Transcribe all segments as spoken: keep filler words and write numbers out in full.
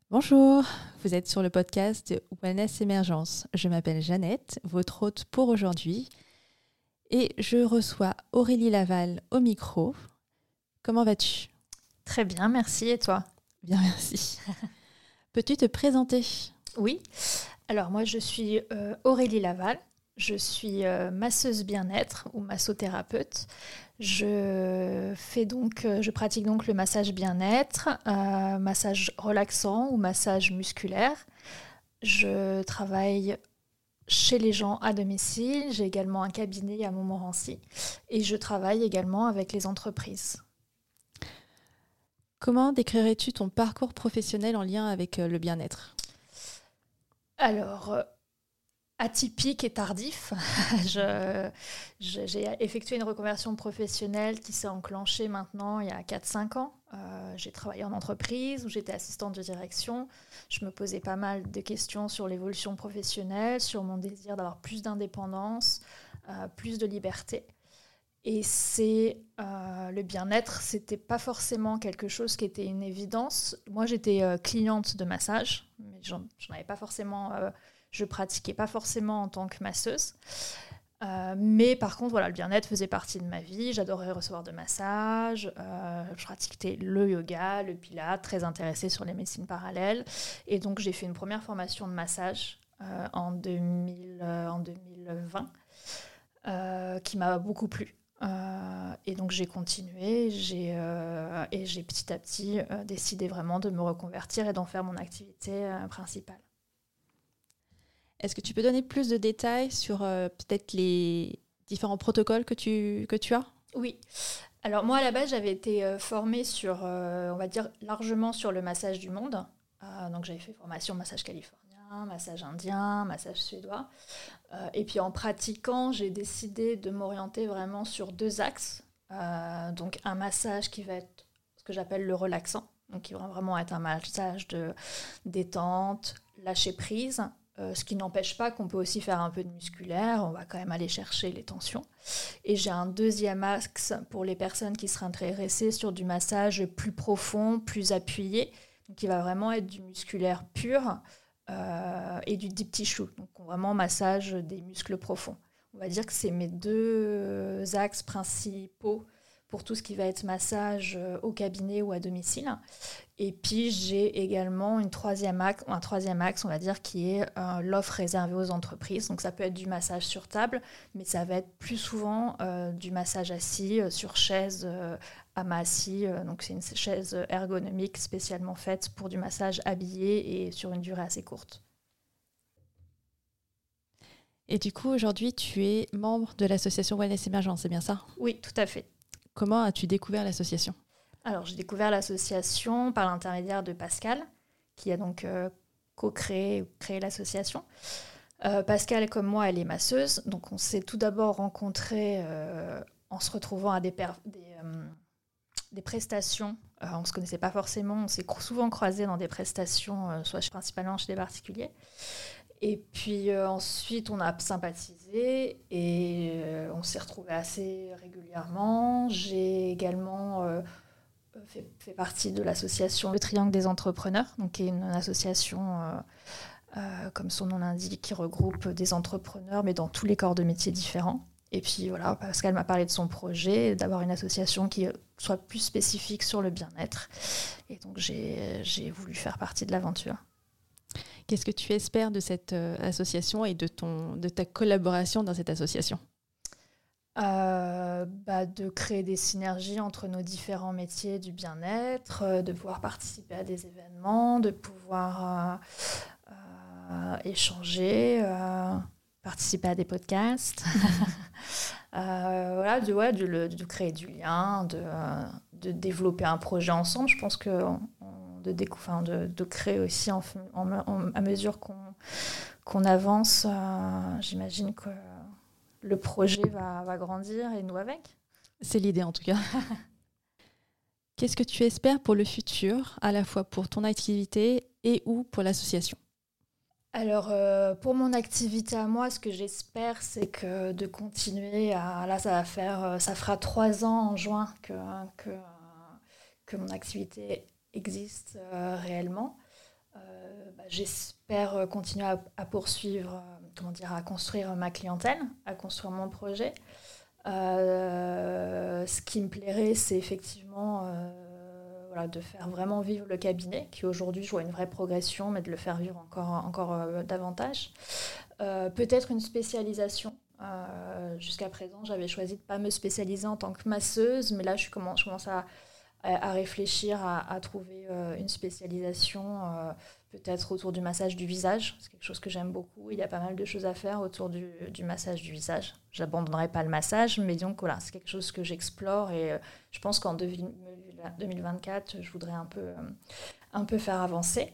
Bonjour, vous êtes sur le podcast de Wellness Émergence. Je m'appelle Jeannette, votre hôte pour aujourd'hui, et je reçois Aurélie Laval au micro. Comment vas-tu ? Très bien, merci. Et toi ? Bien, merci. Peux-tu te présenter ? Oui. Alors moi, je suis euh, Aurélie Laval. Je suis euh, masseuse bien-être ou massothérapeute. Je fais donc, euh, je pratique donc le massage bien-être, euh, massage relaxant ou massage musculaire. Je travaille chez les gens à domicile. J'ai également un cabinet à Montmorency et je travaille également avec les entreprises. Comment décrirais-tu ton parcours professionnel en lien avec le bien-être ? Alors, euh, atypique et tardif. je, je, j'ai effectué une reconversion professionnelle qui s'est enclenchée maintenant il y a quatre cinq ans. Euh, j'ai travaillé en entreprise où j'étais assistante de direction. Je me posais pas mal de questions sur l'évolution professionnelle, sur mon désir d'avoir plus d'indépendance, euh, plus de liberté. Et c'est euh, le bien-être, c'était pas forcément quelque chose qui était une évidence. Moi, j'étais euh, cliente de massage, mais j'en, j'en avais pas forcément... Euh, je pratiquais pas forcément en tant que masseuse. Euh, mais par contre, voilà, le bien-être faisait partie de ma vie. J'adorais recevoir de massages. Euh, je pratiquais le yoga, le pilates, très intéressée sur les médecines parallèles. Et donc, j'ai fait une première formation de massage euh, en, deux mille, euh, en deux mille vingt euh, qui m'a beaucoup plu. Euh, et donc, j'ai continué j'ai, euh, et j'ai petit à petit euh, décidé vraiment de me reconvertir et d'en faire mon activité euh, principale. Est-ce que tu peux donner plus de détails sur euh, peut-être les différents protocoles que tu, que tu as ? Oui. Alors moi, à la base, j'avais été euh, formée sur, euh, on va dire, largement sur le massage du monde. Euh, donc j'avais fait formation massage californien, massage indien, massage suédois. Euh, et puis en pratiquant, j'ai décidé de m'orienter vraiment sur deux axes. Euh, donc un massage qui va être ce que j'appelle le relaxant, donc qui va vraiment être un massage de détente, lâcher prise. Euh, ce qui n'empêche pas qu'on peut aussi faire un peu de musculaire, on va quand même aller chercher les tensions. Et j'ai un deuxième axe pour les personnes qui seraient intéressées sur du massage plus profond, plus appuyé, donc qui va vraiment être du musculaire pur euh, et du deep tissue, donc vraiment massage des muscles profonds. On va dire que c'est mes deux axes principaux pour tout ce qui va être massage au cabinet ou à domicile. Et puis, j'ai également une troisième axe, un troisième axe, on va dire, qui est euh, l'offre réservée aux entreprises. Donc, ça peut être du massage sur table, mais ça va être plus souvent euh, du massage assis, euh, sur chaise, euh, à mât assis. Euh, donc, c'est une chaise ergonomique spécialement faite pour du massage habillé et sur une durée assez courte. Et du coup, aujourd'hui, tu es membre de l'association Wellness Émergence, c'est bien ça ? Oui, tout à fait. Comment as-tu découvert l'association ? Alors, j'ai découvert l'association par l'intermédiaire de Pascal, qui a donc euh, co-créé créé l'association. Euh, Pascal, comme moi, elle est masseuse, donc on s'est tout d'abord rencontrés euh, en se retrouvant à des, per- des, euh, des prestations. Euh, on ne se connaissait pas forcément, on s'est cro- souvent croisés dans des prestations, euh, soit principalement chez des particuliers. Et puis euh, ensuite, on a sympathisé et euh, on s'est retrouvés assez régulièrement. J'ai également euh, fait, fait partie de l'association Le Triangle des Entrepreneurs, donc qui est une association, euh, euh, comme son nom l'indique, qui regroupe des entrepreneurs, mais dans tous les corps de métiers différents. Et puis voilà, Pascal m'a parlé de son projet, d'avoir une association qui soit plus spécifique sur le bien-être. Et donc j'ai, j'ai voulu faire partie de l'aventure. Qu'est-ce que tu espères de cette euh, association et de, ton, de ta collaboration dans cette association ? Euh, bah, de créer des synergies entre nos différents métiers du bien-être, euh, de pouvoir participer à des événements, de pouvoir euh, euh, échanger, euh, participer à des podcasts, euh, voilà, de, ouais, de, de créer du lien, de, de développer un projet ensemble. Je pense que on, de, décou- enfin, de, de créer aussi en, en, en, à mesure qu'on, qu'on avance, euh, j'imagine que le projet va, va grandir et nous avec. C'est l'idée en tout cas. Qu'est-ce que tu espères pour le futur, à la fois pour ton activité et ou pour l'association ? Alors, euh, pour mon activité à moi, ce que j'espère, c'est que de continuer à... Là, ça va faire... Ça fera trois ans en juin que, que, que mon activité existe euh, réellement. Euh, bah, j'espère continuer à, à poursuivre, euh, comment dire, à construire ma clientèle, à construire mon projet. Euh, ce qui me plairait, c'est effectivement euh, voilà, de faire vraiment vivre le cabinet, qui aujourd'hui, je vois une vraie progression, mais de le faire vivre encore, encore euh, davantage. Euh, peut-être une spécialisation. Euh, jusqu'à présent, j'avais choisi de ne pas me spécialiser en tant que masseuse, mais là, je commence, je commence à, à, à réfléchir à, à trouver euh, une spécialisation, euh, peut-être autour du massage du visage. C'est quelque chose que j'aime beaucoup. Il y a pas mal de choses à faire autour du, du massage du visage. Je n'abandonnerai pas le massage, mais donc voilà, c'est quelque chose que j'explore et euh, je pense qu'en deux mille vingt-quatre, je voudrais un peu, euh, un peu faire avancer.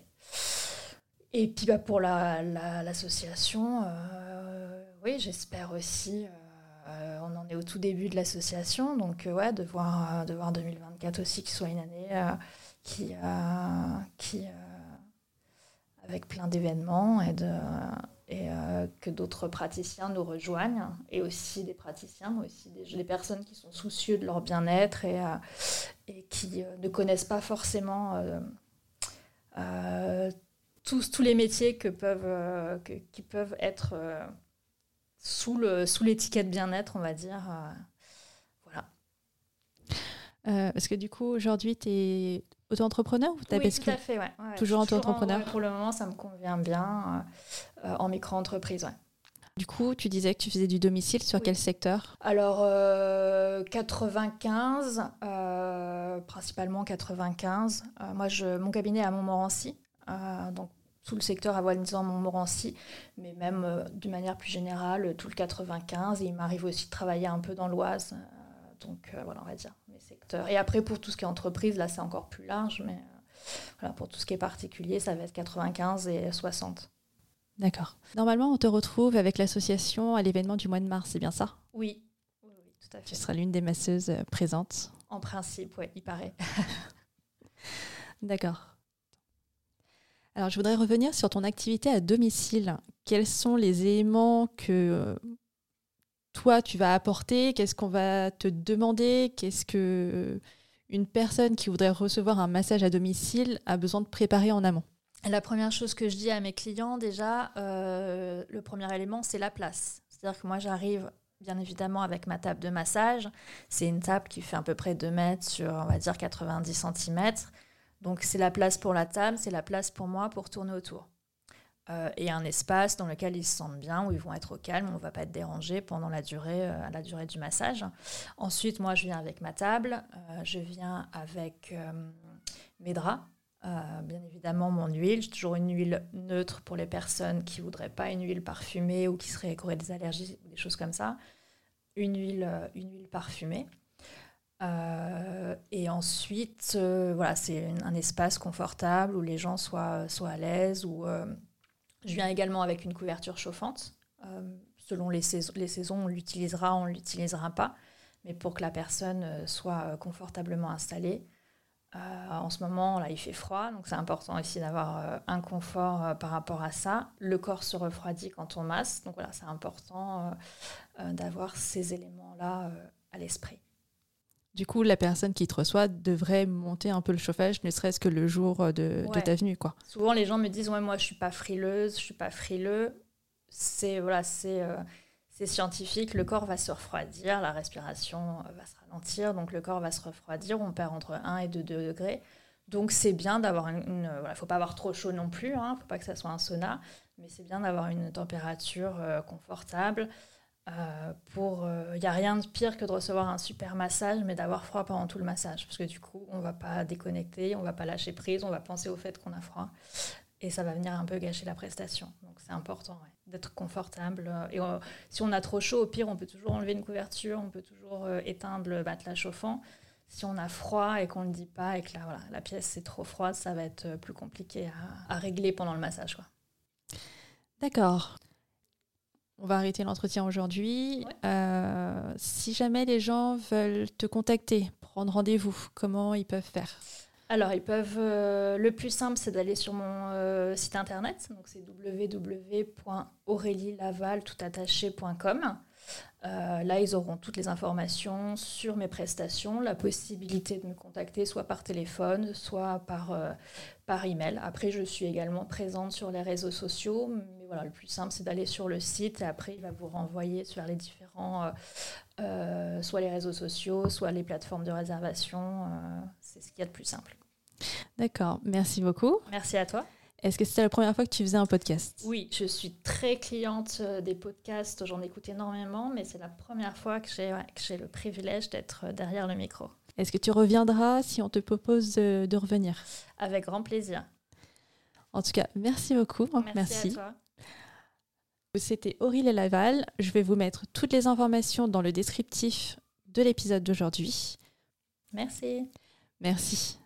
Et puis bah, pour la, la, l'association, euh, oui, j'espère aussi, euh, on en est au tout début de l'association, donc euh, ouais, de voir, de voir deux mille vingt-quatre aussi qui soit une année euh, qui, euh, qui euh, avec plein d'événements et, de, et euh, que d'autres praticiens nous rejoignent, et aussi des praticiens, mais aussi des, des personnes qui sont soucieux de leur bien-être et, euh, et qui euh, ne connaissent pas forcément euh, euh, Tous, tous les métiers que peuvent, euh, que, qui peuvent être euh, sous, le, sous l'étiquette bien-être, on va dire. Euh, voilà. Euh, parce que du coup, aujourd'hui, tu es auto-entrepreneur ou tu as Oui, basculé? Tout à fait, ouais. ouais toujours auto-entrepreneur en, ouais, pour le moment, ça me convient bien euh, en micro-entreprise, ouais. Du coup, tu disais que tu faisais du domicile. Sur oui. Quel secteur? Alors, euh, quatre-vingt-quinze, euh, principalement quatre-vingt-quinze. Euh, moi, je, mon cabinet est à Montmorency. Euh, donc tout le secteur avoisinant Montmorency, mais même euh, d'une manière plus générale, tout le quatre-vingt-quinze. Et il m'arrive aussi de travailler un peu dans l'Oise. Euh, donc euh, voilà, on va dire mes secteurs. Et après, pour tout ce qui est entreprise, là, c'est encore plus large. Mais euh, voilà, pour tout ce qui est particulier, ça va être quatre-vingt-quinze et soixante. D'accord. Normalement, on te retrouve avec l'association à l'événement du mois de mars, c'est bien ça? Oui, oui, oui, tout à fait. Tu seras l'une des masseuses euh, présentes? En principe, oui, il paraît. D'accord. Alors, je voudrais revenir sur ton activité à domicile. Quels sont les éléments que euh, toi, tu vas apporter? Qu'est-ce qu'on va te demander? Qu'est-ce que euh, une personne qui voudrait recevoir un massage à domicile a besoin de préparer en amont? La première chose que je dis à mes clients, déjà, euh, le premier élément, c'est la place. C'est-à-dire que moi, j'arrive bien évidemment avec ma table de massage. C'est une table qui fait à peu près deux mètres sur, on va dire, quatre-vingt-dix centimètres. Donc, c'est la place pour la table, c'est la place pour moi pour tourner autour. Euh, et un espace dans lequel ils se sentent bien, où ils vont être au calme, on ne va pas être dérangé pendant la durée, euh, la durée du massage. Ensuite, moi, je viens avec ma table, euh, je viens avec euh, mes draps. Euh, bien évidemment, mon huile. J'ai toujours une huile neutre pour les personnes qui ne voudraient pas une huile parfumée ou qui seraient, qui auraient des allergies ou des choses comme ça. Une huile, euh, une huile parfumée. Euh, et ensuite, euh, voilà, c'est une, un espace confortable où les gens soient, soient à l'aise. Où, euh, je viens également avec une couverture chauffante. Euh, selon les saisons, les saisons, on l'utilisera, on ne l'utilisera pas. Mais pour que la personne soit confortablement installée. Euh, en ce moment, là, il fait froid, donc c'est important aussi d'avoir euh, un confort euh, par rapport à ça. Le corps se refroidit quand on masse, donc voilà, c'est important euh, euh, d'avoir ces éléments-là euh, à l'esprit. Du coup, la personne qui te reçoit devrait monter un peu le chauffage, ne serait-ce que le jour de, ouais. de ta venue, quoi. Souvent, les gens me disent « ouais, moi, je suis pas frileuse, je suis pas frileux ». C'est, voilà, c'est... Euh, C'est scientifique, le corps va se refroidir, la respiration va se ralentir, donc le corps va se refroidir, on perd entre un et deux degrés. Donc c'est bien d'avoir une... une voilà, il ne faut pas avoir trop chaud non plus, il hein, ne faut pas que ça soit un sauna, mais c'est bien d'avoir une température euh, confortable. Euh, pour, il euh, n'y a rien de pire que de recevoir un super massage, mais d'avoir froid pendant tout le massage, parce que du coup, on ne va pas déconnecter, on ne va pas lâcher prise, on va penser au fait qu'on a froid. Et ça va venir un peu gâcher la prestation. Donc c'est important ouais, d'être confortable. Et euh, si on a trop chaud, au pire, on peut toujours enlever une couverture, on peut toujours euh, éteindre le matelas chauffant. Si on a froid et qu'on ne le dit pas et que la, voilà, la pièce est trop froide, ça va être plus compliqué à, à régler pendant le massage, quoi. D'accord. On va arrêter l'entretien aujourd'hui. Ouais. Euh, si jamais les gens veulent te contacter, prendre rendez-vous, comment ils peuvent faire ? Alors, ils peuvent. Euh, le plus simple, c'est d'aller sur mon euh, site internet. Donc, c'est w w w point aurélie laval tout attaché point com. Euh, là, ils auront toutes les informations sur mes prestations, la possibilité de me contacter soit par téléphone, soit par, euh, par email. Après, je suis également présente sur les réseaux sociaux, mais voilà, le plus simple, c'est d'aller sur le site et après, il va vous renvoyer sur les différents, euh, euh, soit les réseaux sociaux, soit les plateformes de réservation. Euh, c'est ce qu'il y a de plus simple. D'accord, merci beaucoup. Merci à toi. Est-ce que c'était la première fois que tu faisais un podcast ? Oui, je suis très cliente des podcasts, j'en écoute énormément, mais c'est la première fois que j'ai, ouais, que j'ai le privilège d'être derrière le micro. Est-ce que tu reviendras si on te propose de, de revenir ? Avec grand plaisir. En tout cas, merci beaucoup. Merci, merci. à toi. C'était Aurélie Laval. Je vais vous mettre toutes les informations dans le descriptif de l'épisode d'aujourd'hui. Merci. Merci.